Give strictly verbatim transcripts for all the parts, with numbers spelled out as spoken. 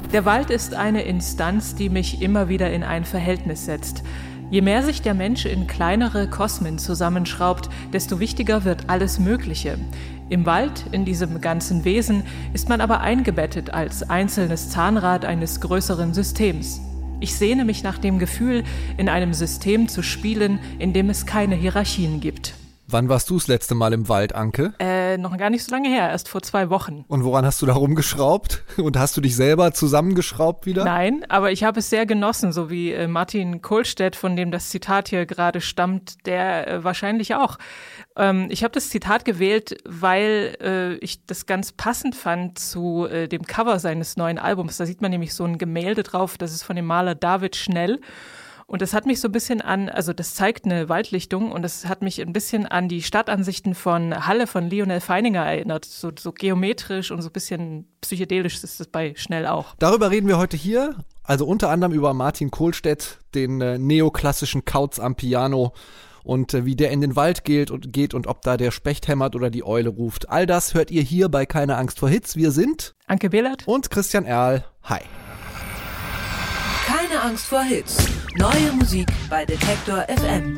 Der Wald ist eine Instanz, die mich immer wieder in ein Verhältnis setzt. Je mehr sich der Mensch in kleinere Kosmen zusammenschraubt, desto wichtiger wird alles Mögliche. Im Wald, in diesem ganzen Wesen, ist man aber eingebettet als einzelnes Zahnrad eines größeren Systems. Ich sehne mich nach dem Gefühl, in einem System zu spielen, in dem es keine Hierarchien gibt. Wann warst du das letzte Mal im Wald, Anke? Äh, noch gar nicht so lange her, erst vor zwei Wochen. Und woran hast du da rumgeschraubt? Und hast du dich selber zusammengeschraubt wieder? Nein, aber ich habe es sehr genossen, so wie äh, Martin Kohlstedt, von dem das Zitat hier gerade stammt, der äh, wahrscheinlich auch. Ähm, ich habe das Zitat gewählt, weil äh, ich das ganz passend fand zu äh, dem Cover seines neuen Albums. Da sieht man nämlich so ein Gemälde drauf, das ist von dem Maler David Schnell. Und das hat mich so ein bisschen an, also das zeigt eine Waldlichtung und das hat mich ein bisschen an die Stadtansichten von Halle von Lionel Feininger erinnert. So, so geometrisch und so ein bisschen psychedelisch ist das bei Schnell auch. Darüber reden wir heute hier, also unter anderem über Martin Kohlstedt, den äh, neoklassischen Kauz am Piano und äh, wie der in den Wald geht und, geht und ob da der Specht hämmert oder die Eule ruft. All das hört ihr hier bei Keine Angst vor Hits. Wir sind Anke Behlert und Christian Erl. Hi. Keine Angst vor Hits. Neue Musik bei Detektor F M.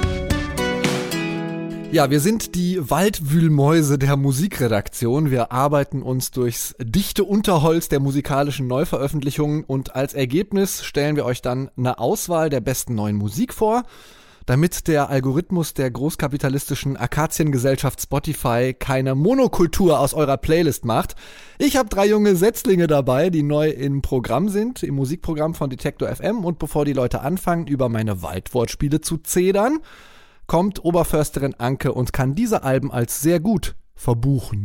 Ja, wir sind die Waldwühlmäuse der Musikredaktion. Wir arbeiten uns durchs dichte Unterholz der musikalischen Neuveröffentlichungen und als Ergebnis stellen wir euch dann eine Auswahl der besten neuen Musik vor, damit der Algorithmus der großkapitalistischen Akaziengesellschaft Spotify keine Monokultur aus eurer Playlist macht. Ich habe drei junge Setzlinge dabei, die neu im Programm sind, im Musikprogramm von Detektor F M. Und bevor die Leute anfangen, über meine Waldwortspiele zu zedern, kommt Oberförsterin Anke und kann diese Alben als sehr gut verbuchen.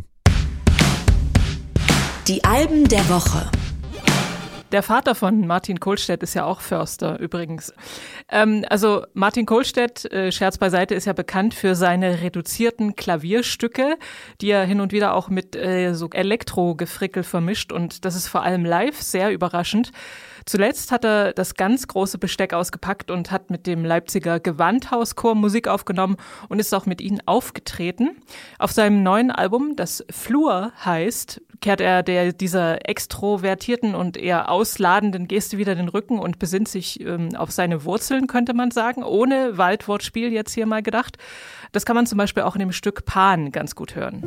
Die Alben der Woche. Der Vater von Martin Kohlstedt ist ja auch Förster übrigens. Ähm, also Martin Kohlstedt, äh, Scherz beiseite, ist ja bekannt für seine reduzierten Klavierstücke, die er hin und wieder auch mit äh, so Elektro-Gefrickel vermischt und das ist vor allem live sehr überraschend. Zuletzt hat er das ganz große Besteck ausgepackt und hat mit dem Leipziger Gewandhauschor Musik aufgenommen und ist auch mit ihnen aufgetreten. Auf seinem neuen Album, das Flur heißt, kehrt er der, dieser extrovertierten und eher ausladenden Geste wieder den Rücken und besinnt sich ähm, auf seine Wurzeln, könnte man sagen, ohne Waldwortspiel jetzt hier mal gedacht. Das kann man zum Beispiel auch in dem Stück Pan ganz gut hören.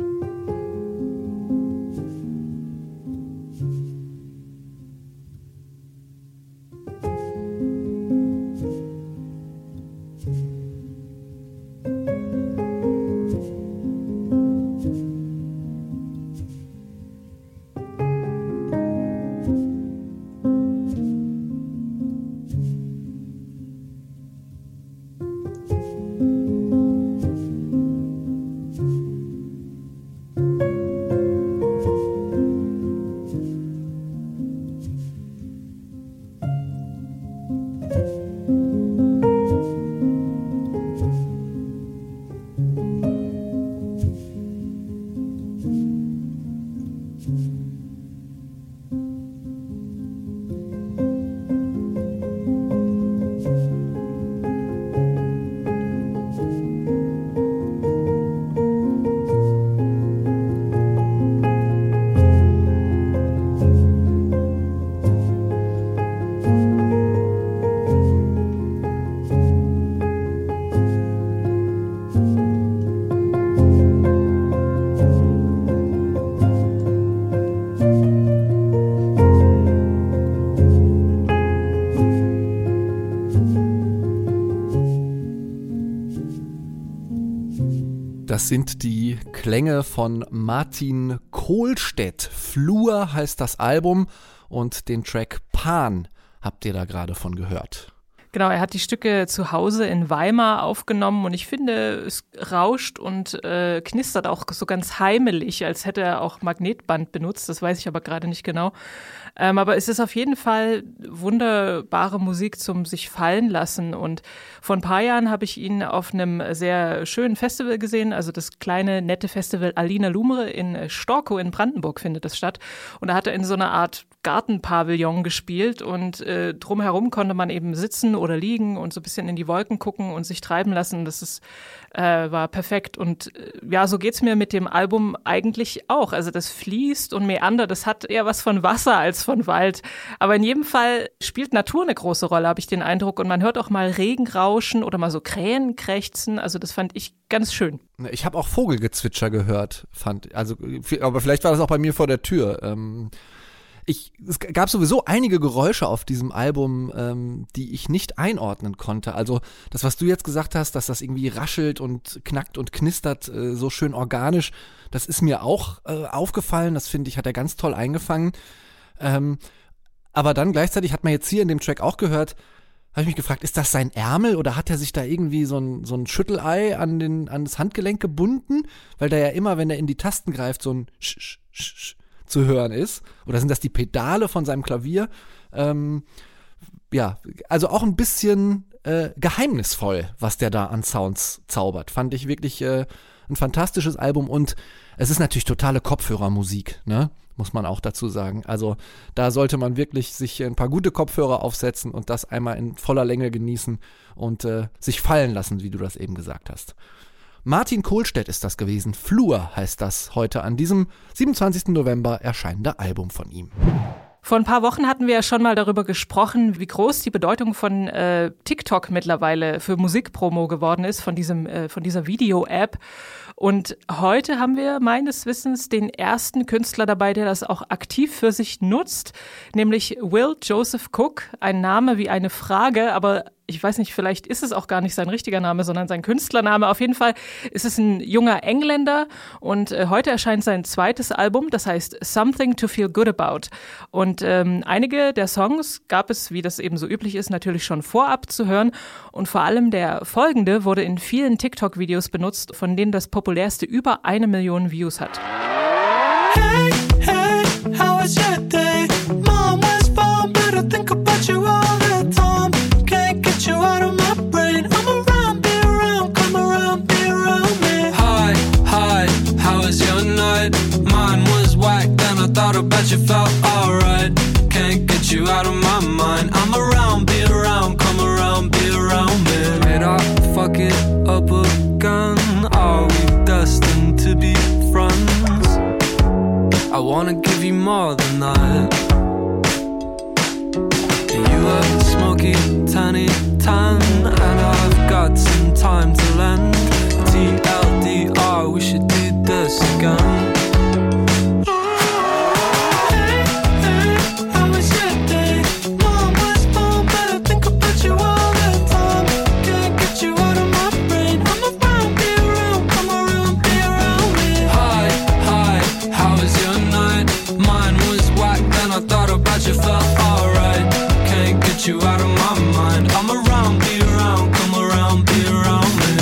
Das sind die Klänge von Martin Kohlstedt. Flur heißt das Album und den Track Pan habt ihr da gerade von gehört. Genau, er hat die Stücke zu Hause in Weimar aufgenommen und ich finde, es rauscht und äh, knistert auch so ganz heimelig, als hätte er auch Magnetband benutzt, das weiß ich aber gerade nicht genau. Ähm, aber es ist auf jeden Fall wunderbare Musik zum sich fallen lassen und vor ein paar Jahren habe ich ihn auf einem sehr schönen Festival gesehen, also das kleine, nette Festival Alina Lumre in Storkow in Brandenburg findet das statt und da hat er in so einer Art Gartenpavillon gespielt und äh, drumherum konnte man eben sitzen oder liegen und so ein bisschen in die Wolken gucken und sich treiben lassen. Das ist, äh, war perfekt. Und äh, ja, so geht's mir mit dem Album eigentlich auch. Also das fließt und meandert. Das hat eher was von Wasser als von Wald. Aber in jedem Fall spielt Natur eine große Rolle, habe ich den Eindruck. Und man hört auch mal Regenrauschen oder mal so Krähen krächzen. Also das fand ich ganz schön. Ich habe auch Vogelgezwitscher gehört, fand, also, aber vielleicht war das auch bei mir vor der Tür. Ähm, ich, es gab sowieso einige Geräusche auf diesem Album, ähm, die ich nicht einordnen konnte. Also das, was du jetzt gesagt hast, dass das irgendwie raschelt und knackt und knistert, äh, so schön organisch, das ist mir auch äh, aufgefallen. Das finde ich, hat er ganz toll eingefangen. Ähm, aber dann gleichzeitig hat man jetzt hier in dem Track auch gehört, habe ich mich gefragt, ist das sein Ärmel oder hat er sich da irgendwie so ein, so ein Schüttelei an, den, an das Handgelenk gebunden? Weil da ja immer, wenn er in die Tasten greift, so ein Sch, Sch, Sch, Sch zu hören ist. Oder sind das die Pedale von seinem Klavier? Ähm, ja, also auch ein bisschen äh, geheimnisvoll, was der da an Sounds zaubert. Fand ich wirklich äh, ein fantastisches Album und es ist natürlich totale Kopfhörermusik, ne? Muss man auch dazu sagen. Also da sollte man wirklich sich ein paar gute Kopfhörer aufsetzen und das einmal in voller Länge genießen und äh, sich fallen lassen, wie du das eben gesagt hast. Martin Kohlstedt ist das gewesen. Flur heißt das heute an diesem siebenundzwanzigsten November erscheinende Album von ihm. Vor ein paar Wochen hatten wir ja schon mal darüber gesprochen, wie groß die Bedeutung von äh, TikTok mittlerweile für Musikpromo geworden ist, von diesem, äh, von dieser Video-App. Und heute haben wir meines Wissens den ersten Künstler dabei, der das auch aktiv für sich nutzt, nämlich Will Joseph Cook, ein Name wie eine Frage, aber ich weiß nicht, vielleicht ist es auch gar nicht sein richtiger Name, sondern sein Künstlername. Auf jeden Fall ist es ein junger Engländer und äh, heute erscheint sein zweites Album, das heißt Something to Feel Good About. Und ähm, einige der Songs gab es, wie das eben so üblich ist, natürlich schon vorab zu hören. Und vor allem der folgende wurde in vielen TikTok-Videos benutzt, von denen das populärste über eine Million Views hat. Hey, hey, how was your day? Mom was born, but I think about you all the time. Can't get you out of my brain. I'm around, be around, come around, be around me. Hi, hi, how was your night? Mine was whack, then I thought about you, felt alright. Can't get you out of my mind. I'm around, be around, come around, be around me. Did I fuck it up again? Are we destined to be friends? I wanna give you more than that. You a smoky, tiny tan, and I've got some time to lend. T L D R, we should do this again. Hey, hey, how was your day? Mom was born, but I think about you all the time. Can't get you out of my brain. I'm around, be around, come around, be around me. Hi, hi, how was your night? Mine was whack, then I thought about you, felt alright. Can't get you out of my mind. I'm around, be around, come around, be around me.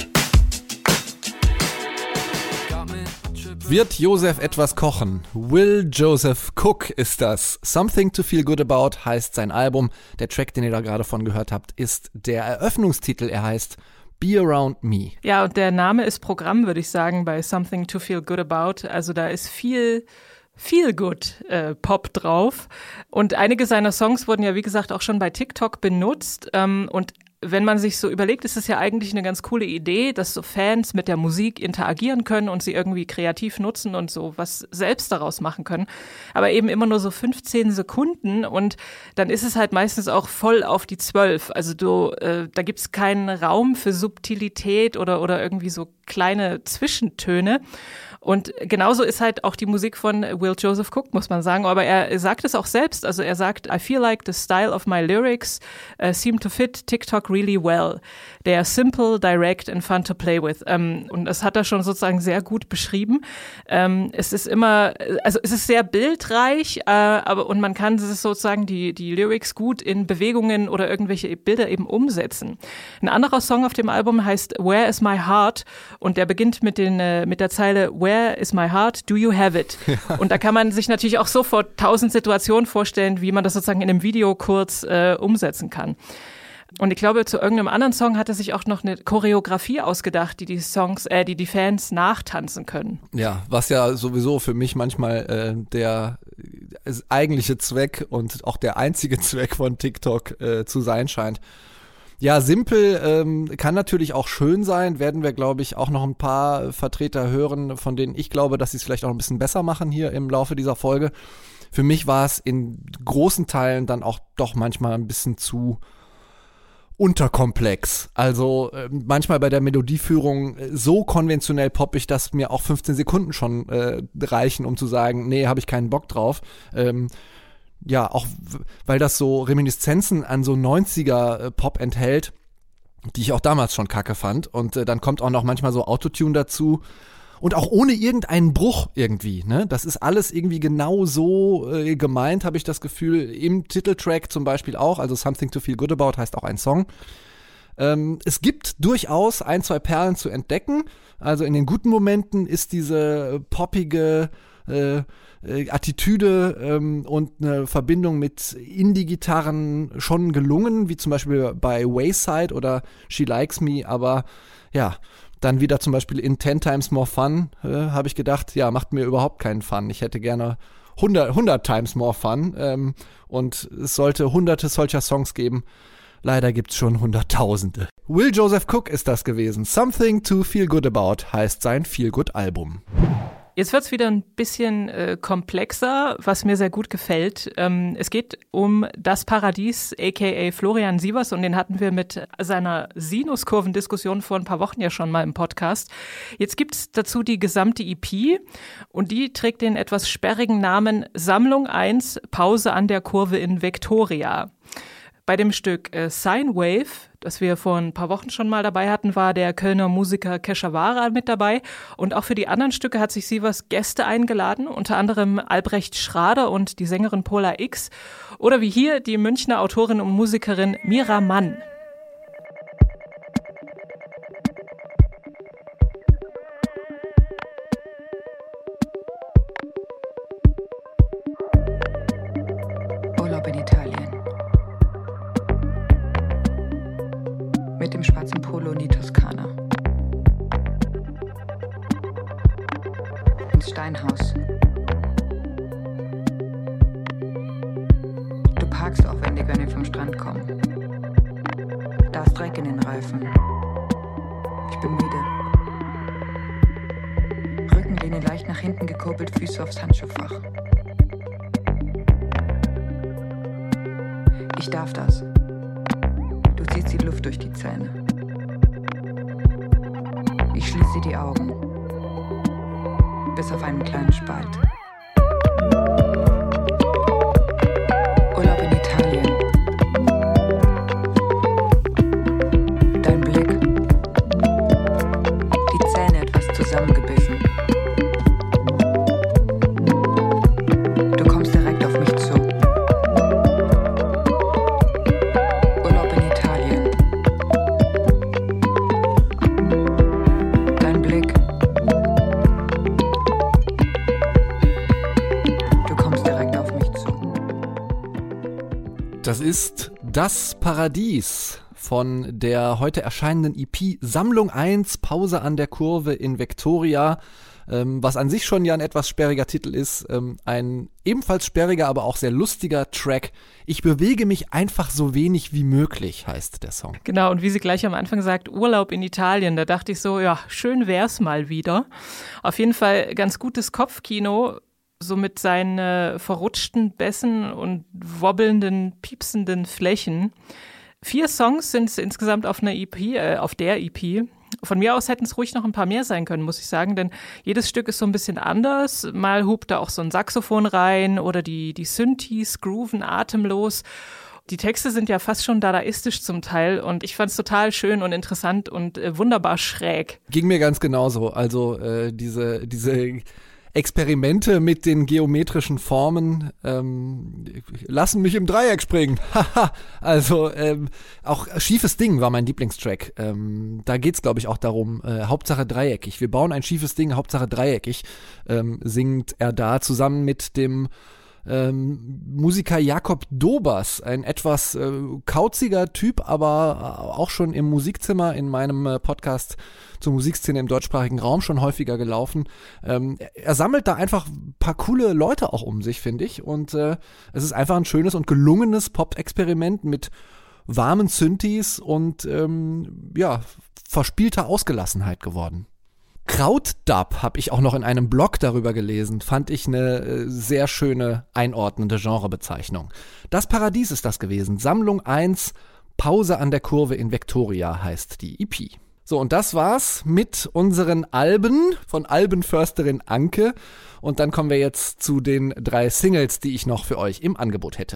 Wird Josef etwas kochen? Will Joseph Cook ist das. Something to Feel Good About heißt sein Album. Der Track, den ihr da gerade von gehört habt, ist der Eröffnungstitel. Er heißt Be Around Me. Ja, und der Name ist Programm, würde ich sagen, bei Something to Feel Good About. Also da ist viel Feel Good äh, Pop drauf. Und einige seiner Songs wurden ja, wie gesagt, auch schon bei TikTok benutzt. Ähm, und wenn man sich so überlegt, ist es ja eigentlich eine ganz coole Idee, dass so Fans mit der Musik interagieren können und sie irgendwie kreativ nutzen und so was selbst daraus machen können. Aber eben immer nur so fünfzehn Sekunden und dann ist es halt meistens auch voll auf die zwölf. Also du, äh, da gibt's keinen Raum für Subtilität oder, oder irgendwie so kleine Zwischentöne. Und genauso ist halt auch die Musik von Will Joseph Cook, muss man sagen. Aber er sagt es auch selbst. Also er sagt, I feel like the style of my lyrics uh, seem to fit TikTok really well. They are simple, direct and fun to play with. Um, und das hat er schon sozusagen sehr gut beschrieben. Um, es ist immer, also es ist sehr bildreich, uh, aber und man kann sozusagen die, die Lyrics gut in Bewegungen oder irgendwelche Bilder eben umsetzen. Ein anderer Song auf dem Album heißt Where is my heart? Und der beginnt mit, den, uh, mit der Zeile Where Where is my heart? Do you have it? Ja. Und da kann man sich natürlich auch sofort tausend Situationen vorstellen, wie man das sozusagen in einem Video kurz äh, umsetzen kann. Und ich glaube, zu irgendeinem anderen Song hat er sich auch noch eine Choreografie ausgedacht, die die Songs, äh, die die Fans nachtanzen können. Ja, was ja sowieso für mich manchmal äh, der eigentliche Zweck und auch der einzige Zweck von TikTok äh, zu sein scheint. Ja, simpel ähm, kann natürlich auch schön sein, werden wir, glaube ich, auch noch ein paar Vertreter hören, von denen ich glaube, dass sie es vielleicht auch ein bisschen besser machen hier im Laufe dieser Folge. Für mich war es in großen Teilen dann auch doch manchmal ein bisschen zu unterkomplex. Also äh, manchmal bei der Melodieführung äh, so konventionell poppig, dass mir auch fünfzehn Sekunden schon äh, reichen, um zu sagen, nee, habe ich keinen Bock drauf. Ähm, ja, auch w- weil das so Reminiszenzen an so neunziger äh, Pop enthält, die ich auch damals schon kacke fand. Und äh, dann kommt auch noch manchmal so Autotune dazu. Und auch ohne irgendeinen Bruch irgendwie, ne? Das ist alles irgendwie genau so äh, gemeint, habe ich das Gefühl. Im Titeltrack zum Beispiel auch, also Something to Feel Good About heißt auch ein Song. Ähm, es gibt durchaus ein, zwei Perlen zu entdecken. Also in den guten Momenten ist diese poppige äh, äh, Attitüde ähm, und eine Verbindung mit Indie-Gitarren schon gelungen, wie zum Beispiel bei Wayside oder She Likes Me, aber ja, dann wieder zum Beispiel in Ten Times More Fun, äh, habe ich gedacht, ja, macht mir überhaupt keinen Fun. Ich hätte gerne hundert, hundert Times More Fun ähm, und es sollte hunderte solcher Songs geben. Leider gibt's schon hunderttausende. Will Joseph Cook ist das gewesen. Something to Feel Good About heißt sein Feel-Good-Album. Jetzt wird's wieder ein bisschen äh, komplexer, was mir sehr gut gefällt. Ähm, es geht um Das Paradies, aka Florian Sievers, und den hatten wir mit seiner Sinuskurvendiskussion vor ein paar Wochen ja schon mal im Podcast. Jetzt gibt's dazu die gesamte E P und die trägt den etwas sperrigen Namen Sammlung eins, Pause an der Kurve in Victoria. Bei dem Stück äh, Sine Wave, das wir vor ein paar Wochen schon mal dabei hatten, war der Kölner Musiker Keshavara mit dabei. Und auch für die anderen Stücke hat sich Sievers Gäste eingeladen, unter anderem Albrecht Schrader und die Sängerin Pola X. Oder wie hier die Münchner Autorin und Musikerin Mira Mann. Urlaub in Italien. Mit dem schwarzen Polo in die Toskana. Ins Steinhaus. Du parkst aufwendig, wenn wir vom Strand kommen. Da ist Dreck in den Reifen. Ich bin müde. Rückenlehne leicht nach hinten gekurbelt, Füße aufs Handschuhfach. Ich darf das. Du ziehst die Luft durch die Zähne. Ich schließe die Augen. Bis auf einen kleinen Spalt. Urlaub in Italien. Dein Blick. Die Zähne etwas zusammengebissen. Du kommst direkt auf mich zu. Das ist Das Paradies von der heute erscheinenden E P Sammlung eins, Pause an der Kurve in Victoria, ähm, was an sich schon ja ein etwas sperriger Titel ist. Ähm, ein ebenfalls sperriger, aber auch sehr lustiger Track. Ich bewege mich einfach so wenig wie möglich, heißt der Song. Genau, und wie sie gleich am Anfang sagt, Urlaub in Italien, da dachte ich so, ja, schön wär's mal wieder. Auf jeden Fall ganz gutes Kopfkino, so mit seinen äh, verrutschten Bässen und wobbelnden, piepsenden Flächen. Vier Songs sind es insgesamt auf einer E P, äh, auf der E P. Von mir aus hätten es ruhig noch ein paar mehr sein können, muss ich sagen, denn jedes Stück ist so ein bisschen anders. Mal hupt da auch so ein Saxophon rein oder die, die Synthes grooven atemlos. Die Texte sind ja fast schon dadaistisch zum Teil und ich fand es total schön und interessant und äh, wunderbar schräg. Ging mir ganz genauso. Also äh, diese, diese Experimente mit den geometrischen Formen ähm, lassen mich im Dreieck springen. Also ähm, auch Schiefes Ding war mein Lieblingstrack. Ähm, da geht's, glaube ich, auch darum, äh, Hauptsache dreieckig. Wir bauen ein schiefes Ding, Hauptsache dreieckig, ähm, singt er da zusammen mit dem ähm, Musiker Jakob Dobers, ein etwas äh, kauziger Typ, aber auch schon im Musikzimmer in meinem äh, Podcast zur Musikszene im deutschsprachigen Raum schon häufiger gelaufen. Ähm, er sammelt da einfach ein paar coole Leute auch um sich, finde ich. Und äh, es ist einfach ein schönes und gelungenes Pop-Experiment mit warmen Synthes und ähm, ja, verspielter Ausgelassenheit geworden. Krautdub habe ich auch noch in einem Blog darüber gelesen, fand ich eine äh, sehr schöne einordnende Genrebezeichnung. Das Paradies ist das gewesen. Sammlung eins, Pause an der Kurve in Victoria heißt die E P. So, und das war's mit unseren Alben von Albenförsterin Anke. Und dann kommen wir jetzt zu den drei Singles, die ich noch für euch im Angebot hätte.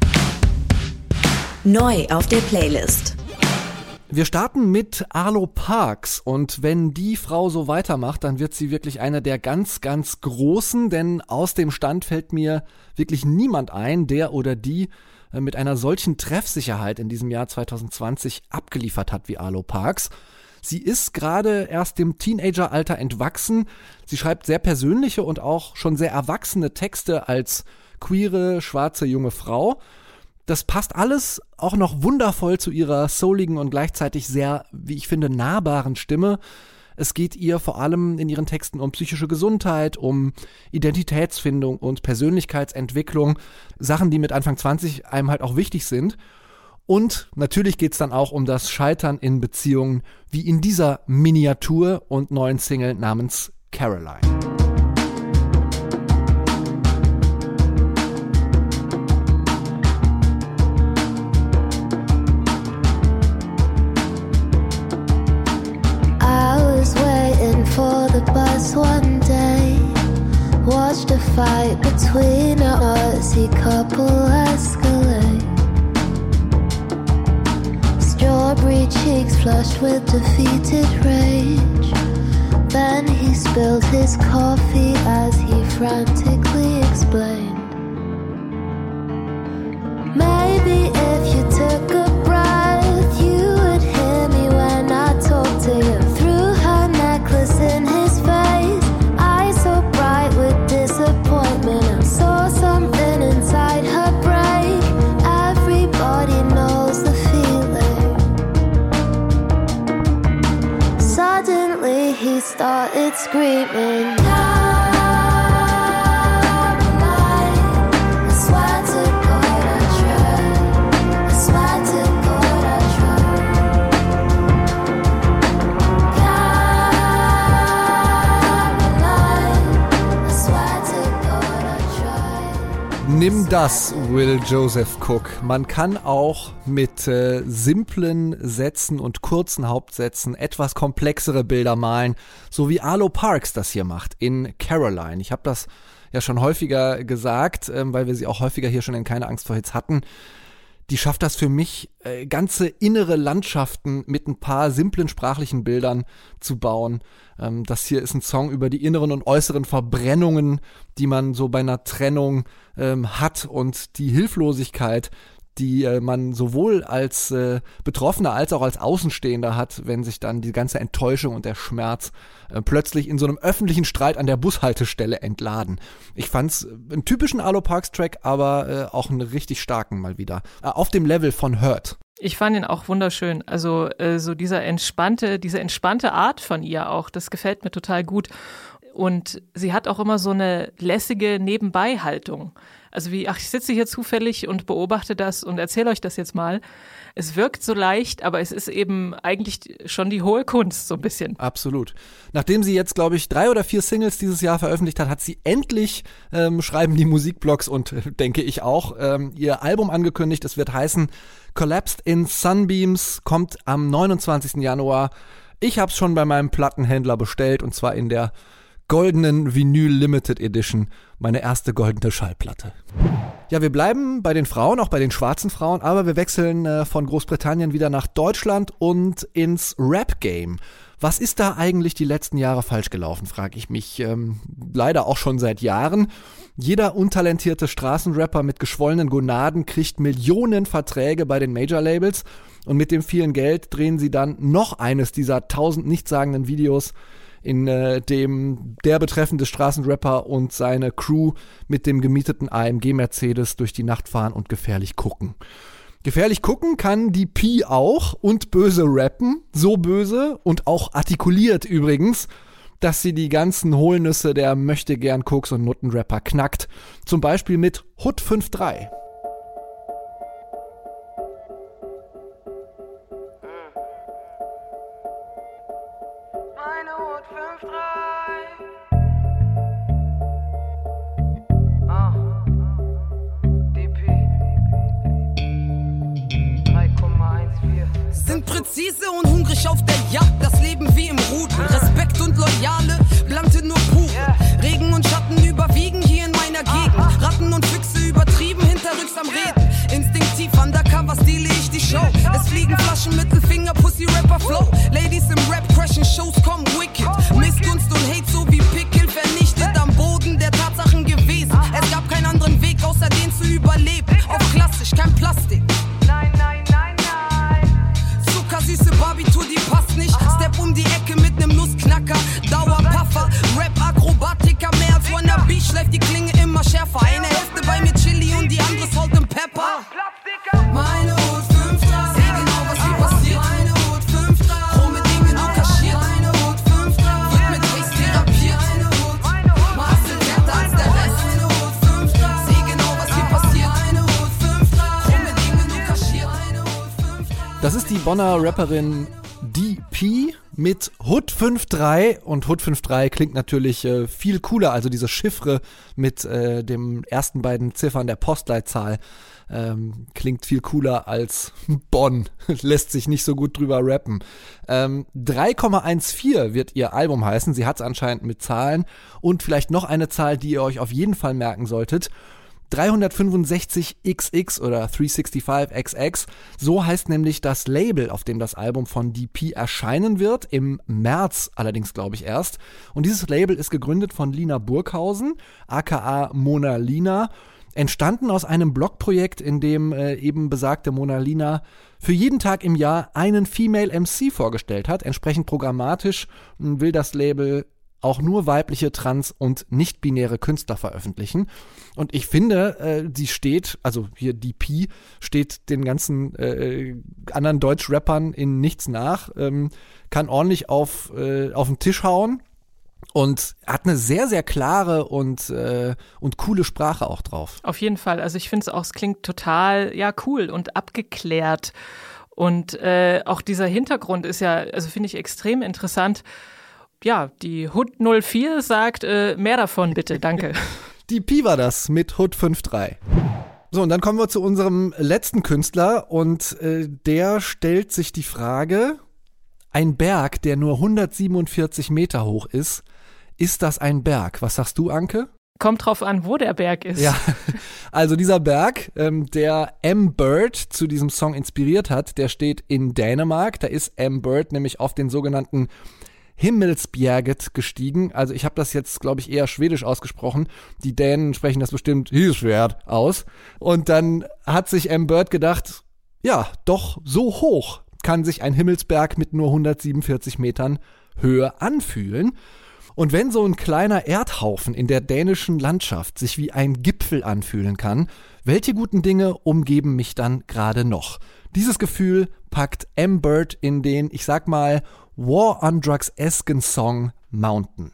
Neu auf der Playlist. Wir starten mit Arlo Parks und wenn die Frau so weitermacht, dann wird sie wirklich eine der ganz, ganz Großen, denn aus dem Stand fällt mir wirklich niemand ein, der oder die mit einer solchen Treffsicherheit in diesem Jahr zwanzig zwanzig abgeliefert hat wie Arlo Parks. Sie ist gerade erst dem Teenageralter entwachsen. Sie schreibt sehr persönliche und auch schon sehr erwachsene Texte als queere, schwarze junge Frau. Das passt alles auch noch wundervoll zu ihrer souligen und gleichzeitig sehr, wie ich finde, nahbaren Stimme. Es geht ihr vor allem in ihren Texten um psychische Gesundheit, um Identitätsfindung und Persönlichkeitsentwicklung. Sachen, die mit Anfang zwanzig einem halt auch wichtig sind. Und natürlich geht's dann auch um das Scheitern in Beziehungen, wie in dieser Miniatur und neuen Single namens Caroline. For the bus one day, watched a fight between a Aussie couple escalate. Strawberry cheeks flushed with defeated rage. Then he spilled his coffee as he frantically explained. Maybe if you took a breath, you would hear me when I talk to you. In his face, eyes so bright with disappointment. I saw something inside her break. Everybody knows the feeling. Suddenly he started screaming. Nimm das, Will Joseph Cook. Man kann auch mit äh, simplen Sätzen und kurzen Hauptsätzen etwas komplexere Bilder malen, so wie Arlo Parks das hier macht in Caroline. Ich habe das ja schon häufiger gesagt, ähm, weil wir sie auch häufiger hier schon in Keine Angst vor Hits hatten. Die schafft das für mich, äh, ganze innere Landschaften mit ein paar simplen sprachlichen Bildern zu bauen. Ähm, das hier ist ein Song über die inneren und äußeren Verbrennungen, die man so bei einer Trennung ähm, hat und die Hilflosigkeit, die äh, man sowohl als äh, Betroffener als auch als Außenstehender hat, wenn sich dann die ganze Enttäuschung und der Schmerz äh, plötzlich in so einem öffentlichen Streit an der Bushaltestelle entladen. Ich fand's einen typischen Arlo Parks Track, aber äh, auch einen richtig starken mal wieder. Äh, auf dem Level von Hurt. Ich fand ihn auch wunderschön. Also äh, so dieser entspannte, diese entspannte Art von ihr auch, das gefällt mir total gut. Und sie hat auch immer so eine lässige Nebenbeihaltung. Also wie, ach, ich sitze hier zufällig und beobachte das und erzähle euch das jetzt mal. Es wirkt so leicht, aber es ist eben eigentlich schon die hohe Kunst, so ein bisschen. Absolut. Nachdem sie jetzt, glaube ich, drei oder vier Singles dieses Jahr veröffentlicht hat, hat sie endlich, ähm, schreiben die Musikblogs und äh, denke ich auch, ähm, ihr Album angekündigt. Es wird heißen Collapsed in Sunbeams, kommt am neunundzwanzigsten Januar. Ich habe es schon bei meinem Plattenhändler bestellt und zwar in der goldenen Vinyl Limited Edition, meine erste goldene Schallplatte. Ja, wir bleiben bei den Frauen, auch bei den schwarzen Frauen, aber wir wechseln äh, von Großbritannien wieder nach Deutschland und ins Rap-Game. Was ist da eigentlich die letzten Jahre falsch gelaufen, frage ich mich ähm, leider auch schon seit Jahren. Jeder untalentierte Straßenrapper mit geschwollenen Gonaden kriegt Millionen Verträge bei den Major-Labels und mit dem vielen Geld drehen sie dann noch eines dieser tausend nichtssagenden Videos, in äh, dem der betreffende Straßenrapper und seine Crew mit dem gemieteten A M G Mercedes durch die Nacht fahren und gefährlich gucken. Gefährlich gucken kann die Pi auch und böse rappen, so böse und auch artikuliert übrigens, dass sie die ganzen Hohlnüsse der möchtegern Koks- und Nuttenrapper knackt. Zum Beispiel mit Hood fünf drei. Meine Hood fünf drei. Ah, D P drei Komma eins vier. Sind präzise und hungrig auf der Jagd, das Leben wie im Rudel. Respekt und Loyale, Blante nur pure. Regen und Schatten überwiegen hier in meiner Gegend. Ratten und Füchse übertrieben, hinterrücks am Reden. Instinktiv, undercover stehle ich die Show. Es fliegen Flaschen, Mittelfinger, Pussy, Rapper, Flow. Ladies im Rap crashen, Shows kommen wicked. Missgunst und Hate, so wie Pickel, vernichtet am Boden der Tatsachen gewesen. Es gab keinen anderen Weg, außer den zu überleben. Auf klassisch, kein Plastik. Nein, nein, nein, nein. Zuckersüße Barbie-Tour, die passt nicht. Step um die Ecke mit nem Nussknacker. Dauerpuffer, Rap-Akrobatiker. Mehr als Wannabe, schleift die Klinge immer schärfer. Eine Hälfte bei mir Chili und die andere Salt and Pepper. Meine Hut fünf drei, seh genau, was hier passiert. Meine Hut fünf drei, krumme Dinge nur kaschiert. Meine Hut fünf drei, wird mit Haze therapiert. Meine Hut, Marcel härter als der Rest. Meine Hut fünf drei, seh genau, was hier passiert. Meine Hut fünf drei, krumme Dinge nur kaschiert. Meine Hut fünf drei. Das ist die Bonner Rapperin D P mit Hood fünf drei und Hood fünf drei klingt natürlich äh, viel cooler, also diese Chiffre mit äh, den ersten beiden Ziffern der Postleitzahl ähm, klingt viel cooler als Bonn, lässt sich nicht so gut drüber rappen. Ähm, drei Komma eins vier wird ihr Album heißen, sie hat es anscheinend mit Zahlen und vielleicht noch eine Zahl, die ihr euch auf jeden Fall merken solltet. dreihundertfünfundsechzig X X oder dreihundertfünfundsiebzig X X, so heißt nämlich das Label, auf dem das Album von D P erscheinen wird, im März allerdings, glaube ich, erst. Und dieses Label ist gegründet von Lina Burghausen, aka Mona Lina, entstanden aus einem Blogprojekt, in dem äh, eben besagte Mona Lina für jeden Tag im Jahr einen Female M C vorgestellt hat. Entsprechend programmatisch will das Label auch nur weibliche, trans- und nicht-binäre Künstler veröffentlichen. Und ich finde, äh, sie steht, also hier D P, steht den ganzen äh, anderen Deutsch-Rappern in nichts nach, ähm, kann ordentlich auf, äh, auf den Tisch hauen und hat eine sehr, sehr klare und, äh, und coole Sprache auch drauf. Auf jeden Fall. Also ich finde es auch, es klingt total, ja, cool und abgeklärt. Und äh, auch dieser Hintergrund ist ja, also finde ich extrem interessant. Ja, die Hood null vier sagt, äh, mehr davon bitte, danke. Die Pi war das mit Hood fünf drei. So, und dann kommen wir zu unserem letzten Künstler und äh, der stellt sich die Frage, ein Berg, der nur hundertsiebenundvierzig Meter hoch ist, ist das ein Berg? Was sagst du, Anke? Kommt drauf an, wo der Berg ist. Ja, also dieser Berg, ähm, der M. Bird zu diesem Song inspiriert hat, der steht in Dänemark. Da ist M. Bird nämlich auf den sogenannten Himmelsbjerget gestiegen. Also ich habe das jetzt, glaube ich, eher schwedisch ausgesprochen. Die Dänen sprechen das bestimmt Himmelsbjerg aus. Und dann hat sich M. Bird gedacht, ja, doch so hoch kann sich ein Himmelsberg mit nur hundertsiebenundvierzig Metern Höhe anfühlen. Und wenn so ein kleiner Erdhaufen in der dänischen Landschaft sich wie ein Gipfel anfühlen kann, welche guten Dinge umgeben mich dann gerade noch? Dieses Gefühl packt M. Bird in den, ich sag mal, War on Drugs-esken Song Mountain.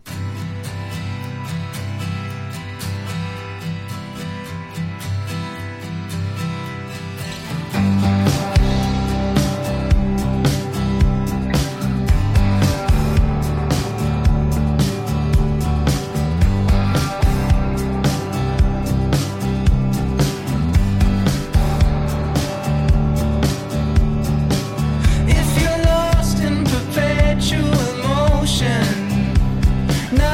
If you're lost in perpetual motion,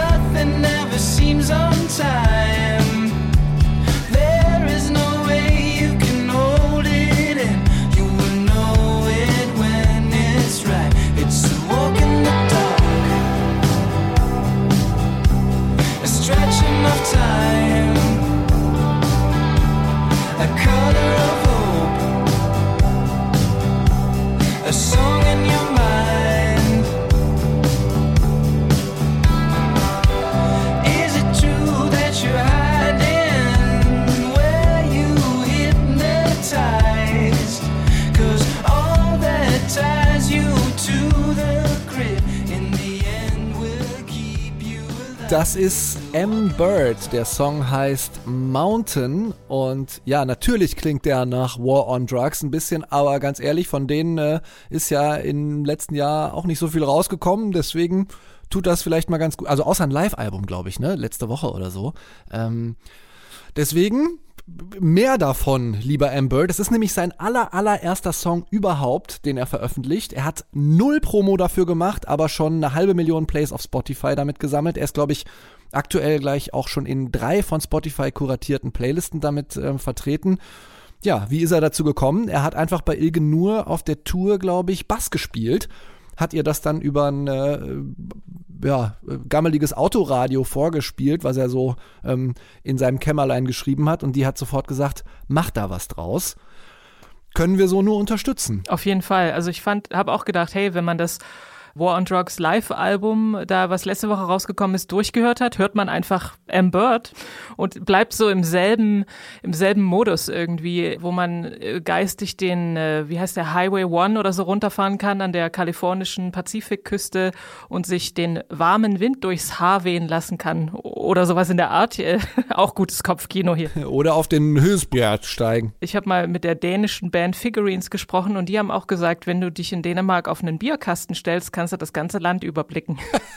Das ist M. Bird. Der Song heißt Mountain und ja, natürlich klingt der nach War on Drugs ein bisschen, aber ganz ehrlich, von denen äh, ist ja im letzten Jahr auch nicht so viel rausgekommen, deswegen tut das vielleicht mal ganz gut. Also außer ein Live-Album, glaube ich, ne, letzte Woche oder so. Ähm, deswegen mehr davon, lieber M. Bird. Es ist nämlich sein aller, allererster Song überhaupt, den er veröffentlicht. Er hat null Promo dafür gemacht, aber schon eine halbe Million Plays auf Spotify damit gesammelt. Er ist, glaube ich, aktuell gleich auch schon in drei von Spotify kuratierten Playlisten damit äh, vertreten. Ja, wie ist er dazu gekommen? Er hat einfach bei Ilgen Nur auf der Tour, glaube ich, Bass gespielt. Hat ihr das dann über ein äh, ja, gammeliges Autoradio vorgespielt, was er so ähm, in seinem Kämmerlein geschrieben hat. Und die hat sofort gesagt, mach da was draus. Können wir so nur unterstützen. Auf jeden Fall. Also ich fand, habe auch gedacht, hey, wenn man das War on Drugs Live-Album, da was letzte Woche rausgekommen ist, durchgehört hat, hört man einfach M. Bird und bleibt so im selben, im selben Modus irgendwie, wo man geistig den, wie heißt der, Highway One oder so runterfahren kann an der kalifornischen Pazifikküste und sich den warmen Wind durchs Haar wehen lassen kann oder sowas in der Art. Auch gutes Kopfkino hier. Oder auf den Höchstberg steigen. Ich habe mal mit der dänischen Band Figurines gesprochen und die haben auch gesagt, wenn du dich in Dänemark auf einen Bierkasten stellst, kannst du das ganze Land überblicken.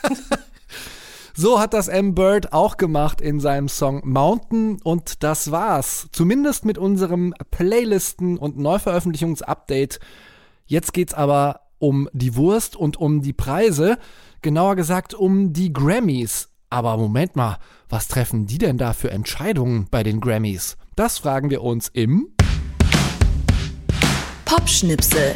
So hat das M. Bird auch gemacht in seinem Song Mountain und das war's. Zumindest mit unserem Playlisten- und Neuveröffentlichungsupdate. Jetzt geht's aber um die Wurst und um die Preise. Genauer gesagt um die Grammys. Aber Moment mal, was treffen die denn da für Entscheidungen bei den Grammys? Das fragen wir uns im Popschnipsel.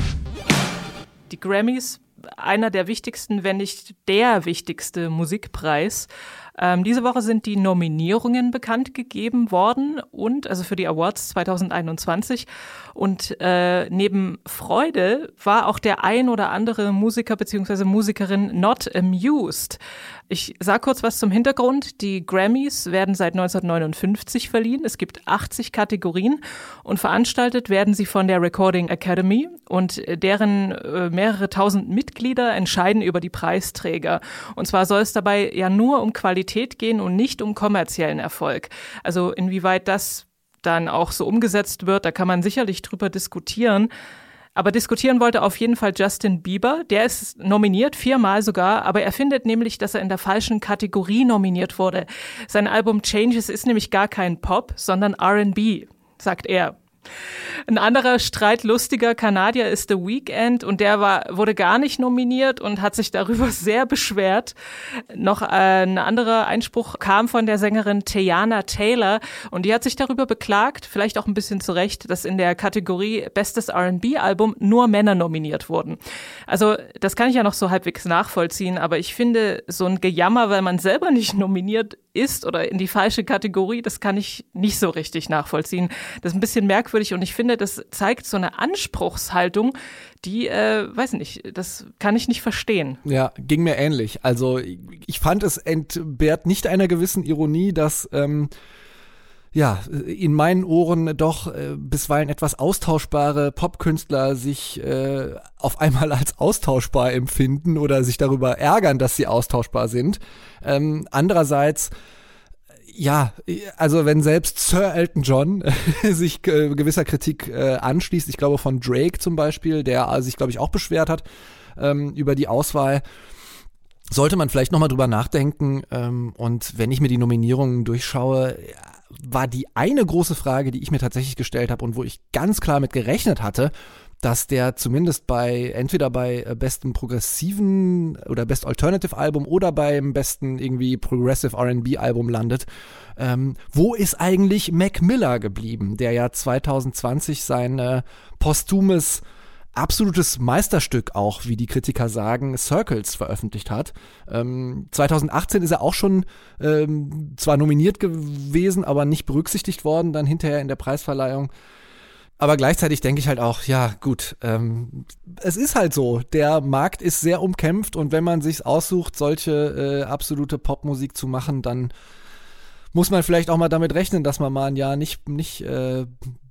Die Grammys, einer der wichtigsten, wenn nicht der wichtigste Musikpreis. Ähm, diese Woche sind die Nominierungen bekannt gegeben worden und also für die Awards zwanzig einundzwanzig und äh, neben Freude war auch der ein oder andere Musiker bzw. Musikerin not amused. Ich sage kurz was zum Hintergrund. Die Grammys werden seit neunzehnhundertneunundfünfzig verliehen. Es gibt achtzig Kategorien und veranstaltet werden sie von der Recording Academy und deren äh, mehrere tausend Mitglieder entscheiden über die Preisträger. Und zwar soll es dabei ja nur um Qualität gehen und nicht um kommerziellen Erfolg. Also inwieweit das dann auch so umgesetzt wird, da kann man sicherlich drüber diskutieren. Aber diskutieren wollte auf jeden Fall Justin Bieber. Der ist nominiert, viermal sogar, aber er findet nämlich, dass er in der falschen Kategorie nominiert wurde. Sein Album Changes ist nämlich gar kein Pop, sondern R and B, sagt er. Ein anderer streitlustiger Kanadier ist The Weeknd und der war, wurde gar nicht nominiert und hat sich darüber sehr beschwert. Noch ein anderer Einspruch kam von der Sängerin Teyana Taylor und die hat sich darüber beklagt, vielleicht auch ein bisschen zu Recht, dass in der Kategorie Bestes R and B-Album nur Männer nominiert wurden. Also das kann ich ja noch so halbwegs nachvollziehen, aber ich finde so ein Gejammer, weil man selber nicht nominiert ist oder in die falsche Kategorie, das kann ich nicht so richtig nachvollziehen. Das ist ein bisschen merkwürdig und ich finde, das zeigt so eine Anspruchshaltung, die, äh, weiß nicht, das kann ich nicht verstehen. Ja, ging mir ähnlich. Also ich fand, es entbehrt nicht einer gewissen Ironie, dass ähm, ja, in meinen Ohren doch äh, bisweilen etwas austauschbare Popkünstler sich äh, auf einmal als austauschbar empfinden oder sich darüber ärgern, dass sie austauschbar sind. Ähm, andererseits, ja, also wenn selbst Sir Elton John sich äh, gewisser Kritik äh, anschließt, ich glaube von Drake zum Beispiel, der äh, sich, glaube ich, auch beschwert hat ähm, über die Auswahl, sollte man vielleicht nochmal drüber nachdenken. Ähm, und wenn ich mir die Nominierungen durchschaue, war die eine große Frage, die ich mir tatsächlich gestellt habe und wo ich ganz klar mit gerechnet hatte, dass der zumindest bei, entweder bei bestem progressiven oder Best Alternative Album oder beim besten irgendwie Progressive R and B Album landet. Ähm, wo ist eigentlich Mac Miller geblieben, der ja zwanzig zwanzig sein äh, posthumes absolutes Meisterstück auch, wie die Kritiker sagen, Circles veröffentlicht hat. Ähm, zwanzig achtzehn ist er auch schon ähm, zwar nominiert gewesen, aber nicht berücksichtigt worden, dann hinterher in der Preisverleihung. Aber gleichzeitig denke ich halt auch, ja gut, ähm, es ist halt so, der Markt ist sehr umkämpft und wenn man sich's aussucht, solche äh, absolute Popmusik zu machen, dann muss man vielleicht auch mal damit rechnen, dass man mal ein Jahr nicht, nicht äh,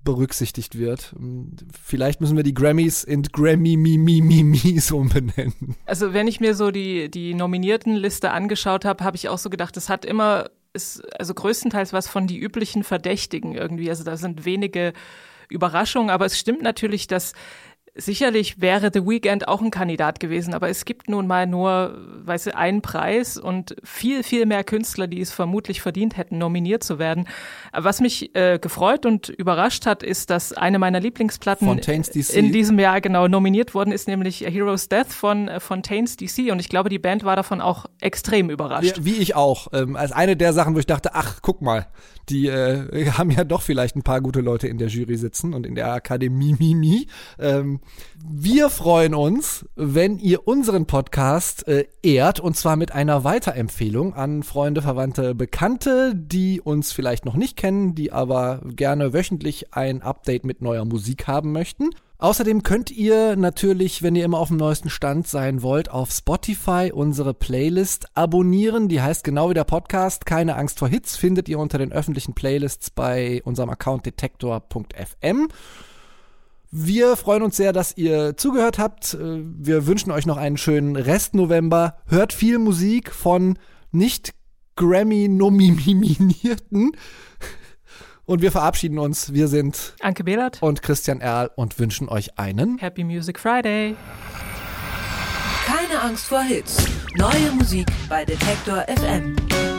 berücksichtigt wird. Vielleicht müssen wir die Grammys in Grammy-Mi-Mi-Mi-Mis umbenennen. Also wenn ich mir so die, die Nominiertenliste angeschaut habe, habe ich auch so gedacht, es hat immer, ist also größtenteils was von die üblichen Verdächtigen irgendwie. Also da sind wenige Überraschungen, aber es stimmt natürlich, dass sicherlich wäre The Weeknd auch ein Kandidat gewesen, aber es gibt nun mal nur, weißt du, einen Preis und viel, viel mehr Künstler, die es vermutlich verdient hätten, nominiert zu werden. Was mich äh, gefreut und überrascht hat, ist, dass eine meiner Lieblingsplatten Fontaines D C in diesem Jahr genau nominiert worden ist, nämlich A Hero's Death von äh, Fontaines D C und ich glaube, die Band war davon auch extrem überrascht. Ja, wie ich auch. Ähm, als eine der Sachen, wo ich dachte, ach, guck mal, die äh, haben ja doch vielleicht ein paar gute Leute in der Jury sitzen und in der Akademie Mimi. Ähm, wir freuen uns, wenn ihr unseren Podcast äh, ehrt und zwar mit einer Weiterempfehlung an Freunde, Verwandte, Bekannte, die uns vielleicht noch nicht kennen, die aber gerne wöchentlich ein Update mit neuer Musik haben möchten. Außerdem könnt ihr natürlich, wenn ihr immer auf dem neuesten Stand sein wollt, auf Spotify unsere Playlist abonnieren. Die heißt genau wie der Podcast Keine Angst vor Hits, findet ihr unter den öffentlichen Playlists bei unserem Account detektor punkt f m. Wir freuen uns sehr, dass ihr zugehört habt. Wir wünschen euch noch einen schönen Rest November. Hört viel Musik von nicht Grammy-nominierten. Und wir verabschieden uns. Wir sind Anke Behlert und Christian Erl und wünschen euch einen Happy Music Friday. Keine Angst vor Hits. Neue Musik bei Detektor F M.